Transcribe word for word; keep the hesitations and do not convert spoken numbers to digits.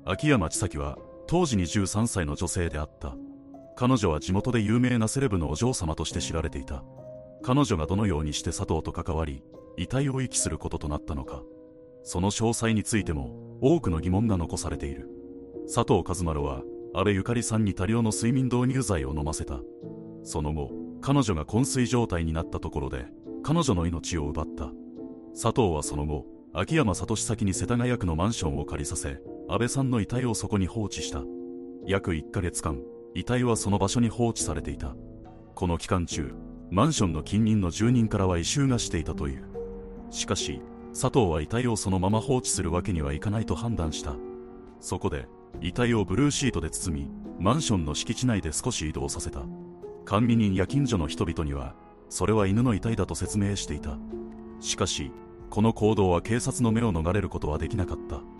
秋山千咲は当時にじゅうさんさいの女性であった。彼女は地元で有名なセレブのお嬢様として知られていた。彼女がどのようにして佐藤と関わり、遺体を遺棄することとなったのか、その詳細についても多くの疑問が残されている。佐藤和丸は安倍ゆかりさんに多量の睡眠導入剤を飲ませた。その後、彼女が昏睡状態になったところで彼女の命を奪った。佐藤はその後、秋山聡先に世田谷区のマンションを借りさせ、安倍さんの遺体をそこに放置した。約いっかげつかん、遺体はその場所に放置されていた。この期間中、マンションの近隣の住人からは異臭がしていたという。しかし、佐藤は遺体をそのまま放置するわけにはいかないと判断した。そこで、遺体をブルーシートで包み、マンションの敷地内で少し移動させた。管理人や近所の人々には、それは犬の遺体だと説明していた。しかし、この行動は警察の目を逃れることはできなかった。